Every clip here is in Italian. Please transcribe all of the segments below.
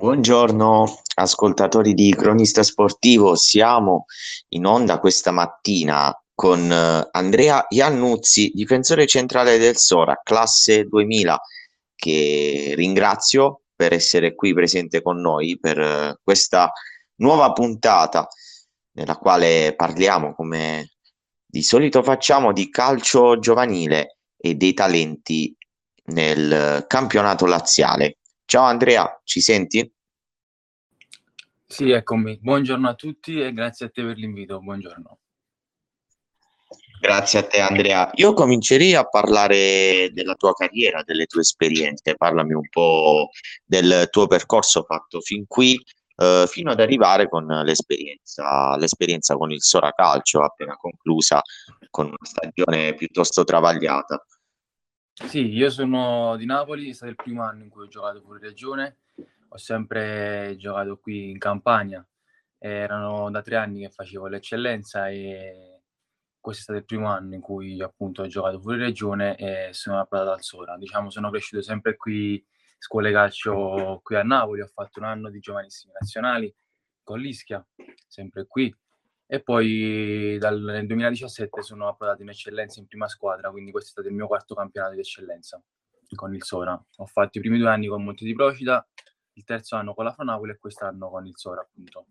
Buongiorno ascoltatori di Cronista Sportivo, siamo in onda questa mattina con Andrea Iannuzzi, difensore centrale del Sora, classe 2000, che ringrazio per essere qui presente con noi per questa nuova puntata nella quale parliamo, come di solito facciamo, di calcio giovanile e dei talenti nel campionato laziale. Ciao Andrea, ci senti? Sì, eccomi. Buongiorno a tutti e grazie a te per l'invito. Buongiorno. Grazie a te Andrea. Io comincerei a parlare della tua carriera, delle tue esperienze. Parlami un po' del tuo percorso fatto fin qui, fino ad arrivare con l'esperienza con il Sora Calcio appena conclusa, con una stagione piuttosto travagliata. Sì, io sono di Napoli, è stato il primo anno in cui ho giocato fuori regione. Ho sempre giocato qui in Campania. Erano da 3 anni che facevo l'eccellenza e questo è stato il primo anno in cui appunto ho giocato fuori regione e sono approdato al Sora. Diciamo, sono cresciuto sempre qui, scuole calcio qui a Napoli. Ho fatto un anno di giovanissimi nazionali con l'Ischia, sempre qui. E poi nel 2017 sono approdato in eccellenza in prima squadra, quindi questo è stato il mio quarto campionato di eccellenza con il Sora. Ho fatto i primi 2 anni con Monte di Procida, il terzo anno con la Napoli e quest'anno con il Sora, appunto.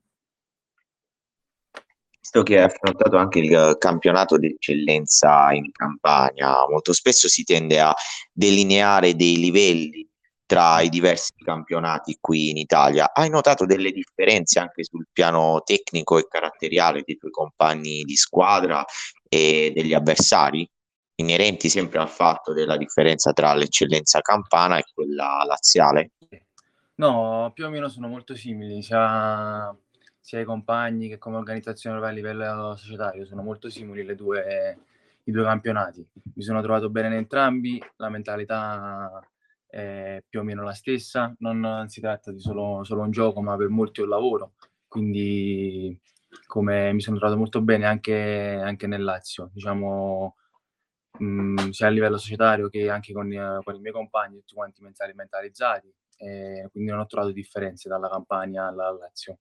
Visto che hai affrontato anche il campionato d'eccellenza in Campania, molto spesso si tende a delineare dei livelli tra i diversi campionati qui in Italia. Hai notato delle differenze anche sul piano tecnico e caratteriale dei tuoi compagni di squadra e degli avversari, inerenti sempre al fatto della differenza tra l'eccellenza campana e quella laziale? No, più o meno sono molto simili, sia i compagni che come organizzazione proprio a livello societario, sono molto simili i due campionati. Mi sono trovato bene in entrambi, la mentalità è più o meno la stessa, non si tratta di solo un gioco, ma per molti è un lavoro, quindi come mi sono trovato molto bene anche nel Lazio, diciamo, sia a livello societario che anche con i miei compagni, tutti quanti mentalizzati, quindi non ho trovato differenze dalla Campania alla Lazio.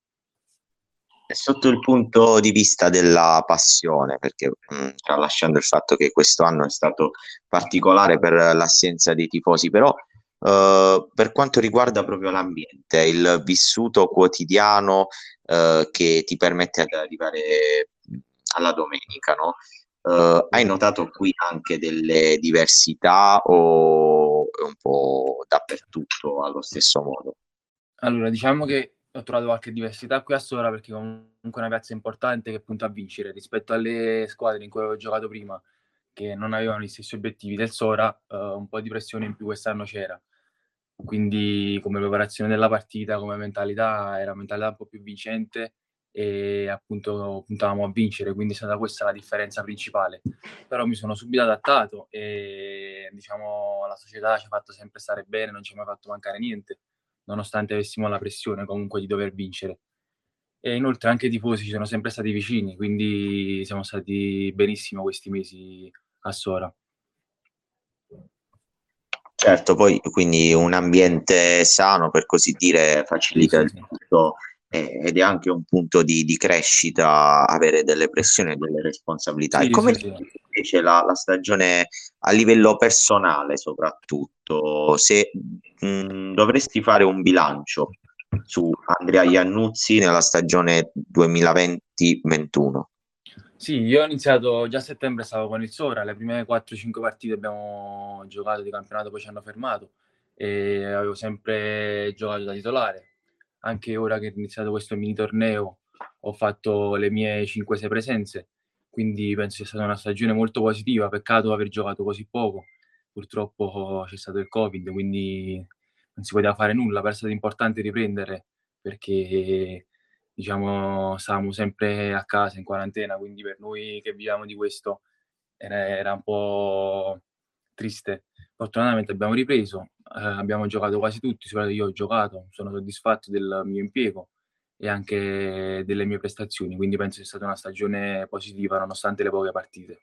E sotto il punto di vista della passione, perché tralasciando il fatto che questo anno è stato particolare per l'assenza dei tifosi, però per quanto riguarda proprio l'ambiente, il vissuto quotidiano che ti permette di arrivare alla domenica, no? Hai notato qui anche delle diversità o è un po' dappertutto allo stesso modo? Allora, diciamo che ho trovato qualche diversità qui a Sora perché comunque è una piazza importante che punta a vincere rispetto alle squadre in cui avevo giocato prima, che non avevano gli stessi obiettivi del Sora, un po' di pressione in più quest'anno c'era. Quindi come preparazione della partita, come mentalità, era una mentalità un po' più vincente e appunto puntavamo a vincere, quindi è stata questa la differenza principale. Però mi sono subito adattato e diciamo la società ci ha fatto sempre stare bene, non ci ha mai fatto mancare niente, nonostante avessimo la pressione comunque di dover vincere. E inoltre anche i tifosi ci sono sempre stati vicini, quindi siamo stati benissimo questi mesi a Sora. Certo, poi quindi un ambiente sano, per così dire, Sì, facilita sì, il sì. tutto ed è anche un punto di crescita avere delle pressioni e delle responsabilità. E Sì, come sì, ti sì. invece la stagione a livello personale, soprattutto, se dovresti fare un bilancio su Andrea Iannuzzi nella stagione 2020-21? Sì, io ho iniziato già a settembre, stavo con il Sora, le prime 4-5 partite abbiamo giocato di campionato, poi ci hanno fermato e avevo sempre giocato da titolare. Anche ora che è iniziato questo mini torneo ho fatto le mie 5-6 presenze, quindi penso sia stata una stagione molto positiva, peccato aver giocato così poco. Purtroppo c'è stato il Covid, quindi non si poteva fare nulla, però è stato importante riprendere perché diciamo, stavamo sempre a casa in quarantena, quindi per noi che viviamo di questo era un po' triste. Fortunatamente abbiamo ripreso, abbiamo giocato quasi tutti, soprattutto io ho giocato, sono soddisfatto del mio impiego e anche delle mie prestazioni, quindi penso sia stata una stagione positiva nonostante le poche partite.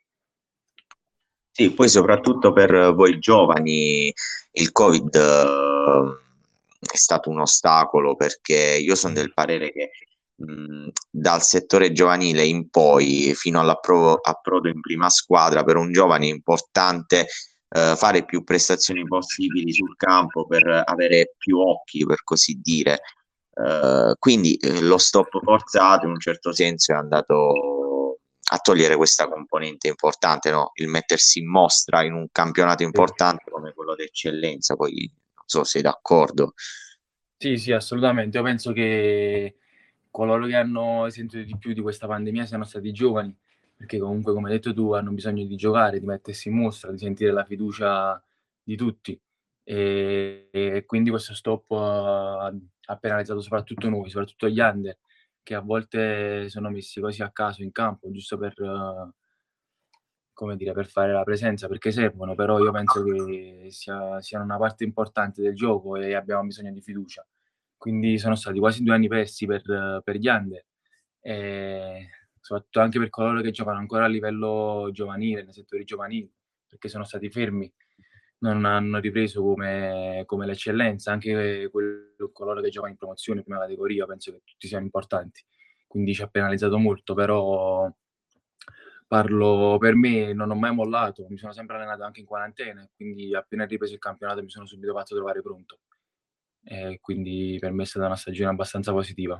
Sì, poi soprattutto per voi giovani il Covid è stato un ostacolo, perché io sono del parere che dal settore giovanile in poi fino all'approdo in prima squadra per un giovane è importante fare più prestazioni possibili sul campo per avere più occhi, per così dire. Quindi lo stop forzato in un certo senso è andato a togliere questa componente importante, no? Il mettersi in mostra in un campionato importante come quello d'eccellenza, poi non so se sei d'accordo. Sì, sì, assolutamente. Io penso che coloro che hanno sentito di più di questa pandemia siano stati i giovani, perché comunque, come hai detto tu, hanno bisogno di giocare, di mettersi in mostra, di sentire la fiducia di tutti. E quindi questo stop ha penalizzato soprattutto noi, soprattutto gli under, che a volte sono messi così a caso in campo, giusto per, come dire, per fare la presenza, perché servono, però io penso che siano una parte importante del gioco e abbiamo bisogno di fiducia. Quindi sono stati quasi 2 anni persi per gli under, e soprattutto anche per coloro che giocano ancora a livello giovanile, nei settori giovanili, perché sono stati fermi, non hanno ripreso come l'eccellenza, anche coloro che giocano in promozione, prima categoria, penso che tutti siano importanti. Quindi ci ha penalizzato molto, però parlo per me, non ho mai mollato, mi sono sempre allenato anche in quarantena, quindi appena ripreso il campionato mi sono subito fatto trovare pronto. Quindi per me è stata una stagione abbastanza positiva.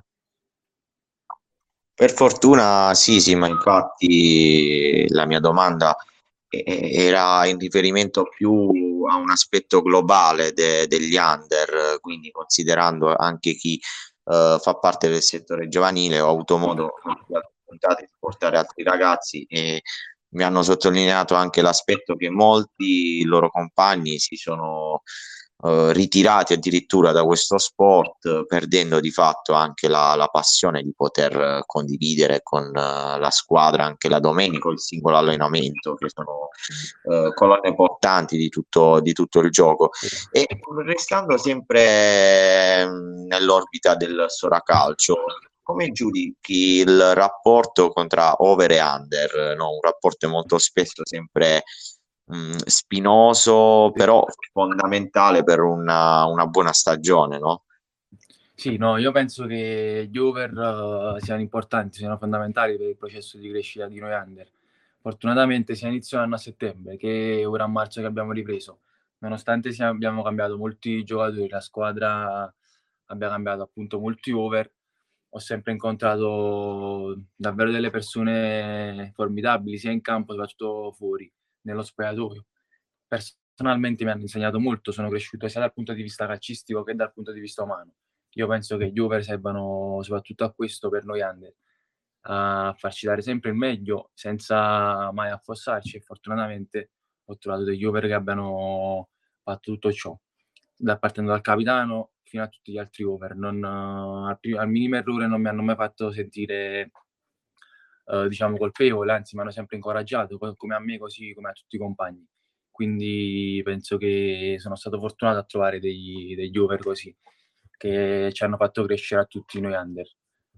Per fortuna sì, sì, ma infatti la mia domanda era in riferimento più a un aspetto globale degli under, quindi considerando anche chi fa parte del settore giovanile. Ho avuto modo in altre puntate di portare altri ragazzi e mi hanno sottolineato anche l'aspetto che molti loro compagni si sono ritirati addirittura da questo sport, perdendo di fatto anche la passione di poter condividere con la squadra anche la domenica o il singolo allenamento, che sono colonne portanti di tutto il gioco. Sì. E restando sempre nell'orbita del Soracalcio, come giudichi il rapporto tra over e under? No? Un rapporto molto spesso sempre spinoso, però fondamentale per una buona stagione, no? Sì, no, io penso che gli over siano importanti, siano fondamentali per il processo di crescita di noi under. Fortunatamente sia inizio anno a settembre che ora a marzo che abbiamo ripreso, nonostante abbiamo cambiato molti giocatori, la squadra abbia cambiato appunto molti over, ho sempre incontrato davvero delle persone formidabili, sia in campo, soprattutto fuori, nello spogliatoio. Personalmente mi hanno insegnato molto, sono cresciuto sia dal punto di vista calcistico che dal punto di vista umano. Io penso che gli over servano soprattutto a questo per noi under, a farci dare sempre il meglio senza mai affossarci, e fortunatamente ho trovato degli over che abbiano fatto tutto ciò, partendo dal capitano fino a tutti gli altri over. Al minimo errore non mi hanno mai fatto sentire diciamo colpevole, anzi mi hanno sempre incoraggiato, come a me così come a tutti i compagni. Quindi penso che sono stato fortunato a trovare degli over così, che ci hanno fatto crescere a tutti noi under.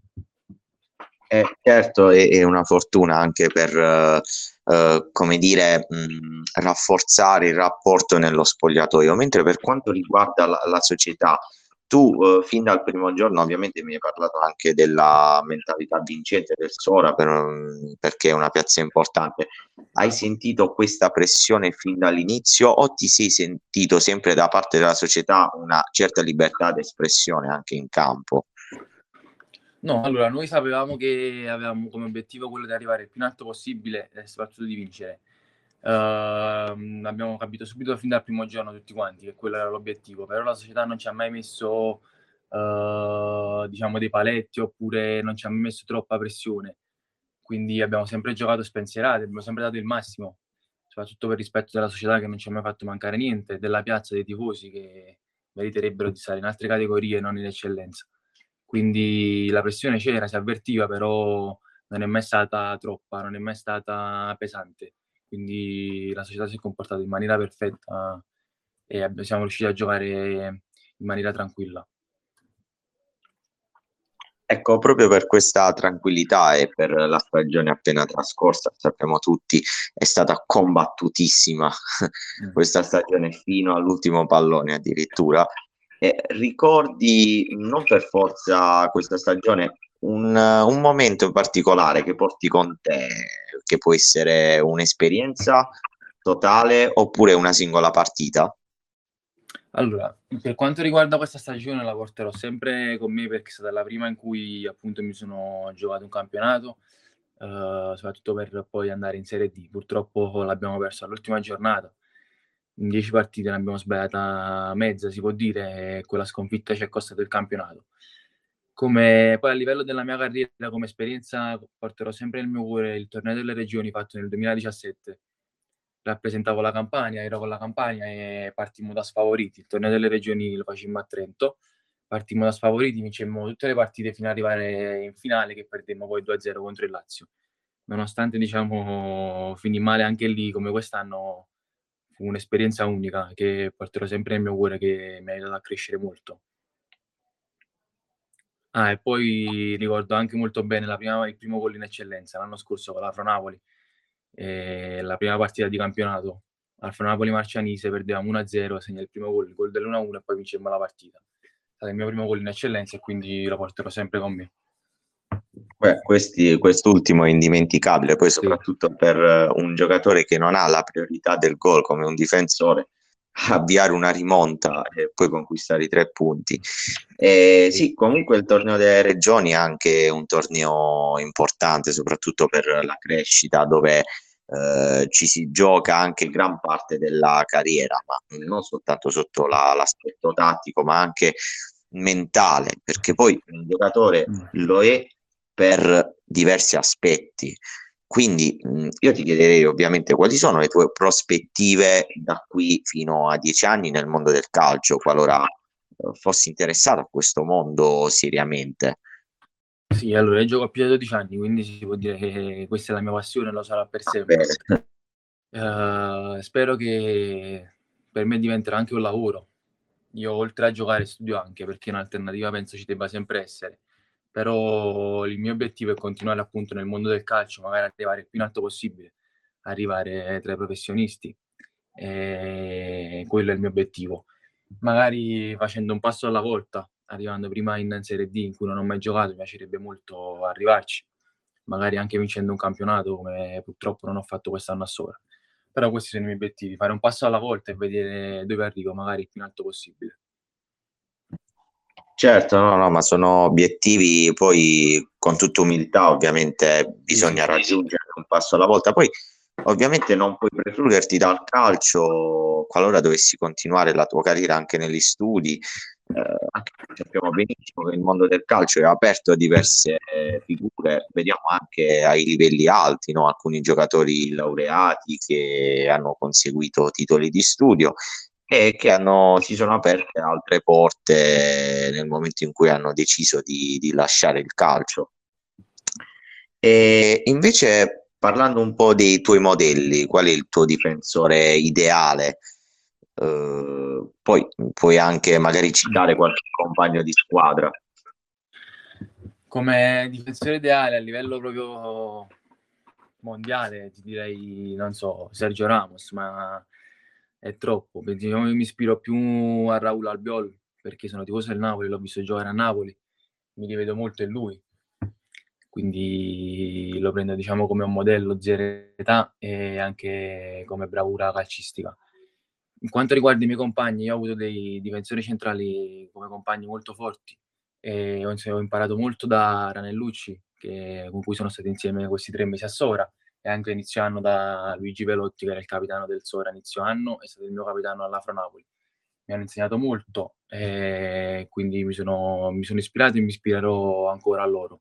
Certo, è una fortuna anche per, come dire, rafforzare il rapporto nello spogliatoio. Mentre per quanto riguarda la società, tu fin dal primo giorno ovviamente mi hai parlato anche della mentalità vincente del Sora, perché è una piazza importante. Hai sentito questa pressione fin dall'inizio o ti sei sentito sempre da parte della società una certa libertà d'espressione anche in campo? No, allora noi sapevamo che avevamo come obiettivo quello di arrivare il più in alto possibile e soprattutto di vincere. Abbiamo capito subito fin dal primo giorno tutti quanti che quello era l'obiettivo, però la società non ci ha mai messo diciamo dei paletti, oppure non ci ha mai messo troppa pressione. Quindi abbiamo sempre giocato spensierati, abbiamo sempre dato il massimo, soprattutto per rispetto della società che non ci ha mai fatto mancare niente, della piazza, dei tifosi che meriterebbero di stare in altre categorie e non in eccellenza. Quindi la pressione c'era, si avvertiva, però non è mai stata troppa, non è mai stata pesante. Quindi la società si è comportata in maniera perfetta e siamo riusciti a giocare in maniera tranquilla. Ecco, proprio per questa tranquillità e per la stagione appena trascorsa, sappiamo tutti, è stata combattutissima Mm. questa stagione fino all'ultimo pallone addirittura. ricordi, non per forza questa stagione, un momento in particolare che porti con te, che può essere un'esperienza totale oppure una singola partita? Allora, per quanto riguarda questa stagione la porterò sempre con me perché è stata la prima in cui appunto mi sono giocato un campionato, soprattutto per poi andare in Serie D. Purtroppo l'abbiamo perso all'ultima giornata. In 10 partite ne abbiamo sbagliata mezza, si può dire, e quella sconfitta ci è costato il campionato. Come poi a livello della mia carriera, come esperienza, porterò sempre nel mio cuore il torneo delle regioni fatto nel 2017. Rappresentavo la Campania, ero con la Campania e partimmo da sfavoriti. Il torneo delle regioni lo facemmo a Trento, partimmo da sfavoriti, vincemmo tutte le partite fino ad arrivare in finale che perdemmo poi 2-0 contro il Lazio. Nonostante diciamo finì male anche lì, come quest'anno fu un'esperienza unica che porterò sempre nel mio cuore, che mi ha aiutato a crescere molto. Ah, e poi ricordo anche molto bene il primo gol in eccellenza l'anno scorso con l'Afro Napoli, la prima partita di campionato. Afro Napoli Marcianise, perdevamo 1-0, segna il primo gol, il gol dell'1-1 e poi vincemmo la partita. È stato il mio primo gol in eccellenza e quindi lo porterò sempre con me. Quest'ultimo è indimenticabile, poi Sì. soprattutto per un giocatore che non ha la priorità del gol come un difensore, avviare una rimonta e poi conquistare i 3 punti. Sì, comunque il torneo delle regioni è anche un torneo importante, soprattutto per la crescita, dove ci si gioca anche gran parte della carriera, ma non soltanto sotto l'aspetto tattico, ma anche mentale, perché poi un giocatore lo è per diversi aspetti. Quindi io ti chiederei ovviamente quali sono le tue prospettive da qui fino a 10 anni nel mondo del calcio, qualora fossi interessato a questo mondo seriamente. Sì, allora io gioco a più di 12 anni, quindi si può dire che questa è la mia passione, lo sarà per sempre. Bene. Spero che per me diventerà anche un lavoro. Io oltre a giocare studio anche, perché un'alternativa penso ci debba sempre essere. Però il mio obiettivo è continuare appunto nel mondo del calcio, magari arrivare il più in alto possibile, arrivare tra i professionisti. E quello è il mio obiettivo. Magari facendo un passo alla volta, arrivando prima in Serie D in cui non ho mai giocato, mi piacerebbe molto arrivarci. Magari anche vincendo un campionato, come purtroppo non ho fatto quest'anno a Sora. Però questi sono i miei obiettivi, fare un passo alla volta e vedere dove arrivo, magari il più in alto possibile. Certo, no, ma sono obiettivi, poi con tutta umiltà ovviamente bisogna Sì. raggiungere un passo alla volta. Poi ovviamente non puoi precluderti dal calcio qualora dovessi continuare la tua carriera anche negli studi. Anche sappiamo benissimo che il mondo del calcio è aperto a diverse figure, vediamo anche ai livelli alti, no? Alcuni giocatori laureati che hanno conseguito titoli di studio e che si sono aperte altre porte nel momento in cui hanno deciso di lasciare il calcio. E invece, parlando un po' dei tuoi modelli, qual è il tuo difensore ideale? Poi puoi anche magari citare qualche compagno di squadra. Come difensore ideale a livello proprio mondiale ti direi, non so, Sergio Ramos, ma è troppo. Diciamo che mi ispiro più a Raul Albiol perché sono tifoso del Napoli, l'ho visto giocare a Napoli, mi rivedo molto in lui. Quindi lo prendo diciamo come un modello zero età e anche come bravura calcistica. In quanto riguarda i miei compagni, io ho avuto dei difensori centrali come compagni molto forti e ho imparato molto da Ranellucci, con cui sono stato insieme questi 3 mesi a Sora, e anche inizio anno da Luigi Velotti, che era il capitano del Sora inizio anno, è stato il mio capitano all'Afro Napoli. Mi hanno insegnato molto e quindi mi sono ispirato e mi ispirerò ancora a loro.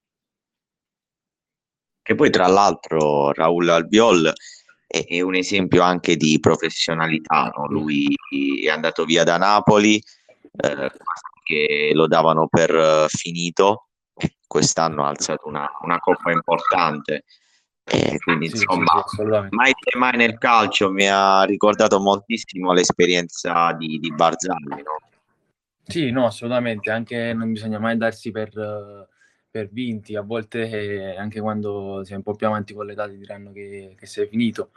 Che poi tra l'altro Raul Albiol è un esempio anche di professionalità, no? Lui è andato via da Napoli, che lo davano per finito, quest'anno ha alzato una coppa importante, quindi Sì, insomma, sì, assolutamente. mai dire mai nel calcio mi ha ricordato moltissimo l'esperienza di Barzagli, no? Sì, no, assolutamente, anche non bisogna mai darsi per vinti, a volte anche quando sei un po' più avanti con l'età ti diranno che sei finito,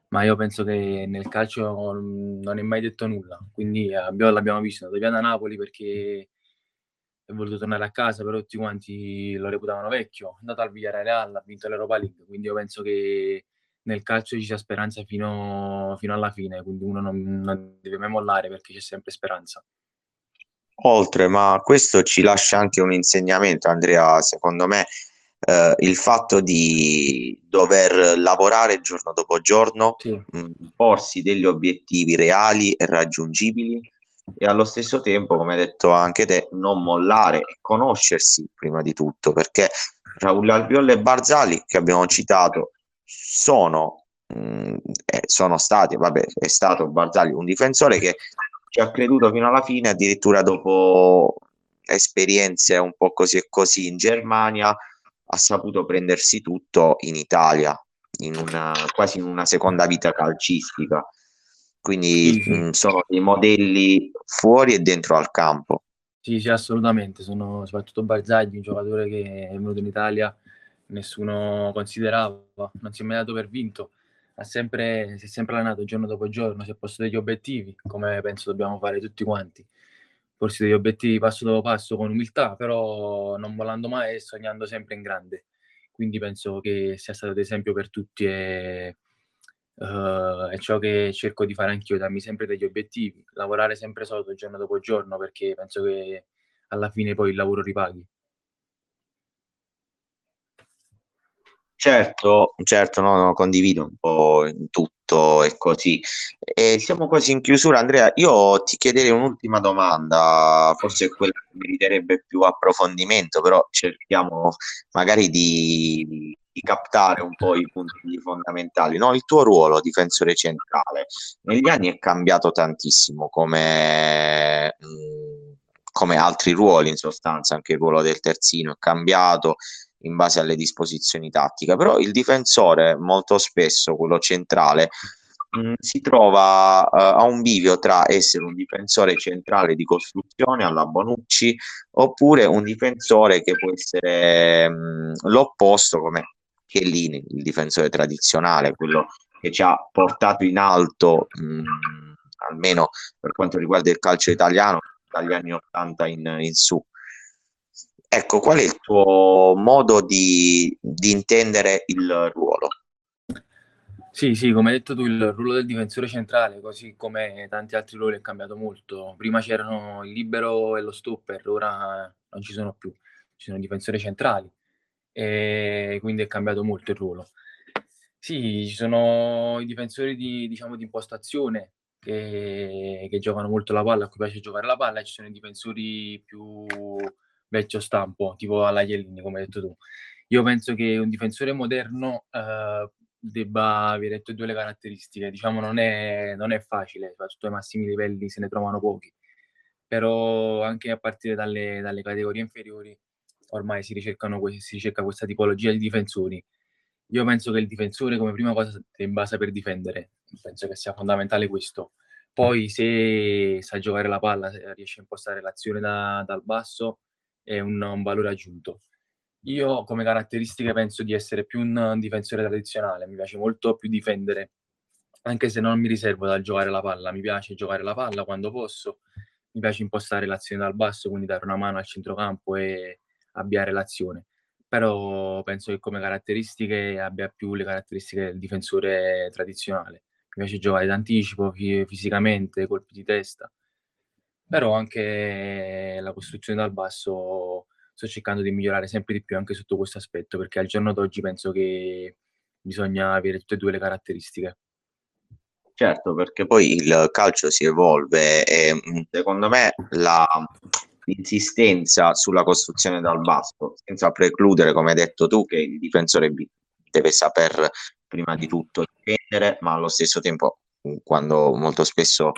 ma io penso che nel calcio non è mai detto nulla, quindi l'abbiamo visto, è andato via da Napoli perché è voluto tornare a casa, però tutti quanti lo reputavano vecchio, è andato al Villarreal, ha vinto l'Europa League, quindi io penso che nel calcio ci sia speranza fino alla fine, quindi uno non deve mai mollare perché c'è sempre speranza. Oltre, ma questo ci lascia anche un insegnamento, Andrea, secondo me, il fatto di dover lavorare giorno dopo giorno, Sì, porsi degli obiettivi reali e raggiungibili e allo stesso tempo, come hai detto anche te, non mollare e conoscersi prima di tutto, perché Raul Albiol e Barzali, che abbiamo citato, sono, sono stati, vabbè, è stato Barzali un difensore che ci ha creduto fino alla fine, addirittura dopo esperienze un po' così e così in Germania, ha saputo prendersi tutto in Italia, quasi in una seconda vita calcistica. Quindi sì, sì. sono dei modelli fuori e dentro al campo. Sì, sì, assolutamente. Sono soprattutto Barzagli, un giocatore che è venuto in Italia, nessuno considerava, non si è mai dato per vinto, si è sempre allenato giorno dopo giorno, si è posto degli obiettivi, come penso dobbiamo fare tutti quanti. Porsi degli obiettivi passo dopo passo con umiltà, però non mollando mai e sognando sempre in grande. Quindi penso che sia stato d'esempio per tutti e è ciò che cerco di fare anch'io, darmi sempre degli obiettivi, lavorare sempre sodo giorno dopo giorno, perché penso che alla fine poi il lavoro ripaghi. Certo, certo, no, no, condivido un po' in tutto e così. E siamo quasi in chiusura, Andrea. Io ti chiederei un'ultima domanda, forse è quella che meriterebbe più approfondimento, però cerchiamo magari di captare un po' i punti fondamentali. No, il tuo ruolo difensore centrale negli anni è cambiato tantissimo come altri ruoli, in sostanza, anche il ruolo del terzino è cambiato in base alle disposizioni tattiche, però il difensore molto spesso, quello centrale, si trova a un bivio tra essere un difensore centrale di costruzione alla Bonucci oppure un difensore che può essere l'opposto come Chiellini, il difensore tradizionale, quello che ci ha portato in alto, almeno per quanto riguarda il calcio italiano, dagli anni 80 in su. Ecco, qual è il tuo modo di intendere il ruolo? Sì, sì, come hai detto tu, il ruolo del difensore centrale, così come tanti altri ruoli, è cambiato molto. Prima c'erano il libero e lo stopper, ora non ci sono più, ci sono i difensori centrali e quindi è cambiato molto il ruolo. Sì, ci sono i difensori diciamo, di impostazione che giocano molto la palla, a cui piace giocare la palla, e ci sono i difensori più vecchio stampo, tipo alla Chiellini, come hai detto tu. Io penso che un difensore moderno debba avere tutte e due le caratteristiche. Diciamo, non è facile, soprattutto ai massimi livelli se ne trovano pochi. Però anche a partire dalle categorie inferiori ormai si ricerca questa tipologia di difensori. Io penso che il difensore come prima cosa debba saper difendere, penso che sia fondamentale questo. Poi se sa giocare la palla, se riesce a impostare l'azione dal basso, è un valore aggiunto. Io come caratteristiche penso di essere più un difensore tradizionale, mi piace molto più difendere, anche se non mi riservo dal giocare la palla, mi piace giocare la palla quando posso, mi piace impostare l'azione dal basso, quindi dare una mano al centrocampo e avviare l'azione. Però penso che come caratteristiche abbia più le caratteristiche del difensore tradizionale. Mi piace giocare d'anticipo, fisicamente, colpi di testa, però anche la costruzione dal basso sto cercando di migliorare sempre di più anche sotto questo aspetto, perché al giorno d'oggi penso che bisogna avere tutte e due le caratteristiche. Certo, perché poi il calcio si evolve e secondo me l'insistenza sulla costruzione dal basso, senza precludere, come hai detto tu, che il difensore deve saper prima di tutto difendere, ma allo stesso tempo, quando molto spesso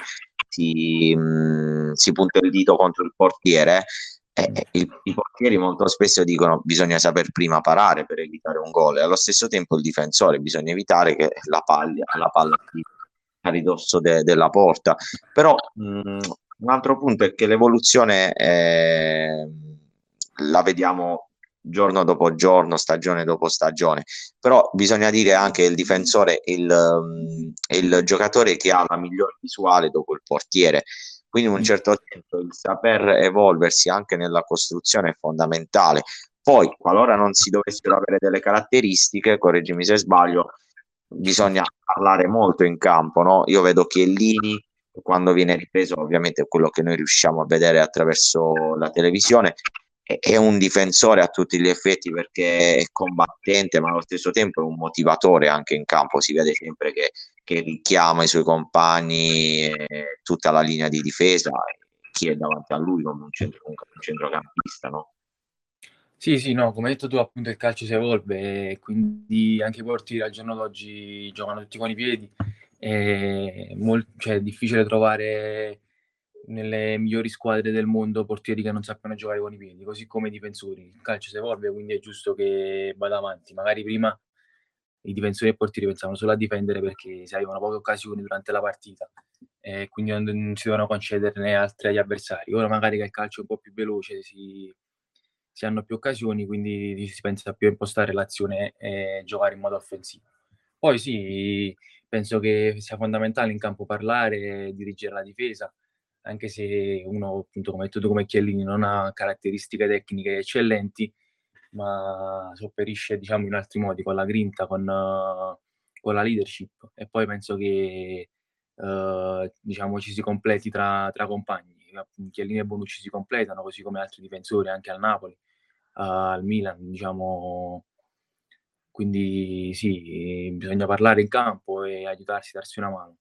si punta il dito contro il portiere, i portieri molto spesso dicono bisogna saper prima parare per evitare un gol e allo stesso tempo il difensore bisogna evitare che la palla a ridosso della porta. Però un altro punto è che l'evoluzione la vediamo giorno dopo giorno, stagione dopo stagione. Però bisogna dire anche che il difensore è il giocatore che ha la miglior visuale dopo il portiere. Quindi in un certo senso il saper evolversi anche nella costruzione è fondamentale. Poi, qualora non si dovessero avere delle caratteristiche, correggimi se sbaglio, bisogna parlare molto in campo, no? Io vedo Chiellini, quando viene ripreso, ovviamente quello che noi riusciamo a vedere attraverso la televisione, è un difensore a tutti gli effetti perché è combattente, ma allo stesso tempo è un motivatore anche in campo. Si vede sempre che richiama i suoi compagni, tutta la linea di difesa, chi è davanti a lui come un centrocampista, no? Sì, sì, no, come hai detto tu, appunto il calcio si evolve e quindi anche i portieri al giorno d'oggi giocano tutti con i piedi. Cioè, è difficile trovare nelle migliori squadre del mondo portieri che non sappiano giocare con i piedi, così come i difensori. Il calcio si evolve, quindi è giusto che vada avanti. Magari prima i difensori e i portieri pensavano solo a difendere perché si avevano poche occasioni durante la partita e quindi non si dovevano concederne altre agli avversari. Ora magari che il calcio è un po' più veloce, si hanno più occasioni, quindi si pensa più a impostare l'azione e giocare in modo offensivo. Poi sì, penso che sia fondamentale in campo parlare, dirigere la difesa, anche se uno, appunto, come hai detto tu, come Chiellini, non ha caratteristiche tecniche eccellenti, ma sopperisce, diciamo, in altri modi, con la grinta, con la leadership. E poi penso che, diciamo, ci si completi tra compagni. Chiellini e Bonucci si completano, così come altri difensori, anche al Napoli, al Milan, diciamo. Quindi sì, bisogna parlare in campo e aiutarsi, darsi una mano.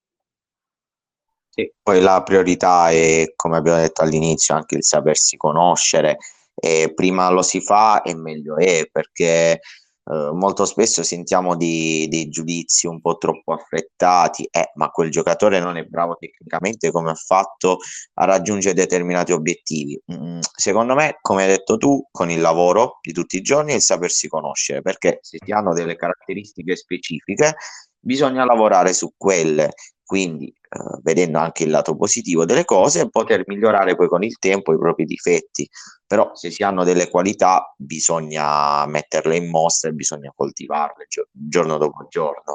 Sì, poi la priorità è, come abbiamo detto all'inizio, anche il sapersi conoscere, e prima lo si fa e meglio è, perché molto spesso sentiamo dei giudizi un po' troppo affrettati, ma quel giocatore non è bravo tecnicamente come ha fatto a raggiungere determinati obiettivi. Secondo me, come hai detto tu, con il lavoro di tutti i giorni e il sapersi conoscere, perché se si hanno delle caratteristiche specifiche, bisogna lavorare su quelle, quindi vedendo anche il lato positivo delle cose, poter migliorare poi con il tempo i propri difetti. Però se si hanno delle qualità bisogna metterle in mostra e bisogna coltivarle giorno dopo giorno.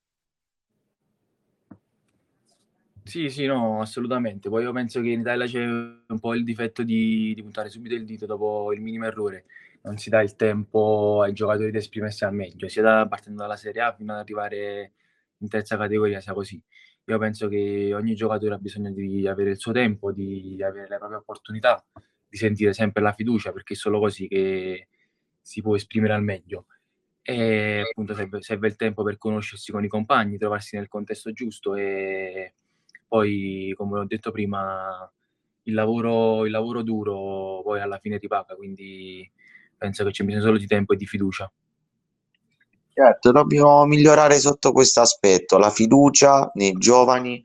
Sì, sì, no, assolutamente. Poi io penso che in Italia c'è un po' il difetto di puntare subito il dito dopo il minimo errore. Non si dà il tempo ai giocatori di esprimersi al meglio, sia partendo dalla Serie A fino ad arrivare in terza categoria, sia così. Io penso che ogni giocatore ha bisogno di avere il suo tempo, di avere le proprie opportunità, di sentire sempre la fiducia, perché è solo così che si può esprimere al meglio. E appunto serve il tempo per conoscersi con i compagni, trovarsi nel contesto giusto e poi, come ho detto prima, il lavoro duro poi alla fine ripaga, quindi penso che c'è bisogno solo di tempo e di fiducia. Certo, dobbiamo migliorare sotto questo aspetto, la fiducia nei giovani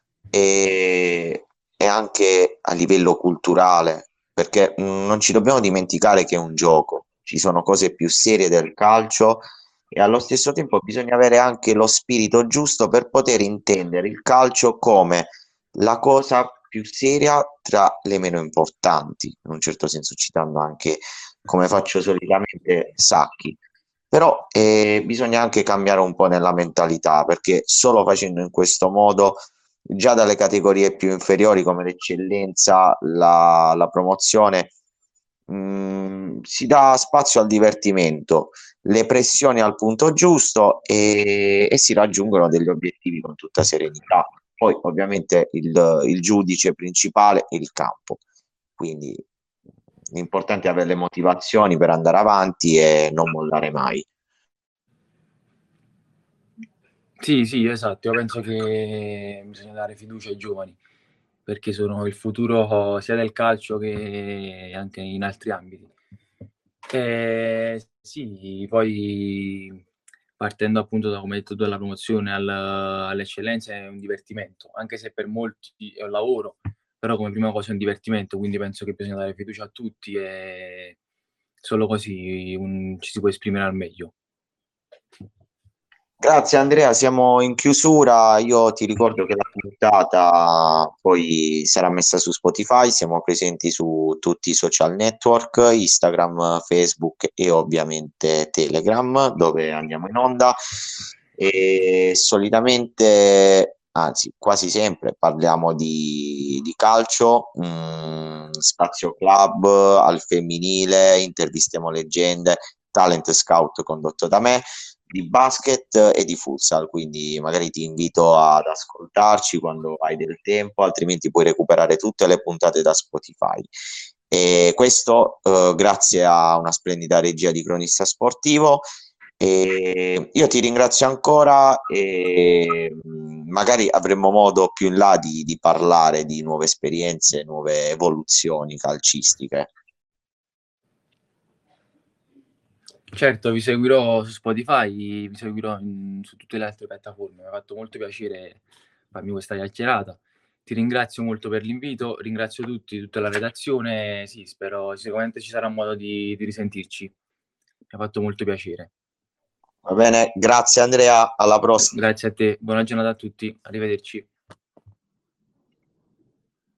e anche a livello culturale, perché non ci dobbiamo dimenticare che è un gioco, ci sono cose più serie del calcio e allo stesso tempo bisogna avere anche lo spirito giusto per poter intendere il calcio come la cosa più seria tra le meno importanti, in un certo senso citando anche, come faccio solitamente, Sacchi. Però bisogna anche cambiare un po' nella mentalità, perché solo facendo in questo modo, già dalle categorie più inferiori come l'eccellenza, la promozione, si dà spazio al divertimento, le pressioni al punto giusto e si raggiungono degli obiettivi con tutta serenità. Poi ovviamente il giudice principale è il campo, quindi l'importante è avere le motivazioni per andare avanti e non mollare mai. Sì, sì, esatto. Io penso che bisogna dare fiducia ai giovani, perché sono il futuro sia del calcio che anche in altri ambiti. Sì, poi partendo appunto da come hai detto tu dalla promozione all'eccellenza è un divertimento, anche se per molti è un lavoro, però come prima cosa è un divertimento, quindi penso che bisogna dare fiducia a tutti e solo così ci si può esprimere al meglio. Grazie Andrea, siamo in chiusura. Io ti ricordo che la puntata poi sarà messa su Spotify, siamo presenti su tutti i social network, Instagram, Facebook e ovviamente Telegram, dove andiamo in onda. E solitamente, anzi quasi sempre, parliamo di calcio, Spazio Club al femminile, intervistiamo leggende, talent scout condotto da me di basket e di futsal, quindi magari ti invito ad ascoltarci quando hai del tempo, altrimenti puoi recuperare tutte le puntate da Spotify. E questo grazie a una splendida regia di cronista sportivo. E io ti ringrazio ancora e magari avremo modo più in là di parlare di nuove esperienze, nuove evoluzioni calcistiche. Certo, vi seguirò su Spotify, vi seguirò su tutte le altre piattaforme. Mi ha fatto molto piacere farmi questa chiacchierata. Ti ringrazio molto per l'invito, ringrazio tutti, tutta la redazione. Sì, spero sicuramente ci sarà modo di risentirci. Mi ha fatto molto piacere. Va bene, grazie Andrea, alla prossima. Grazie a te, buona giornata a tutti, arrivederci.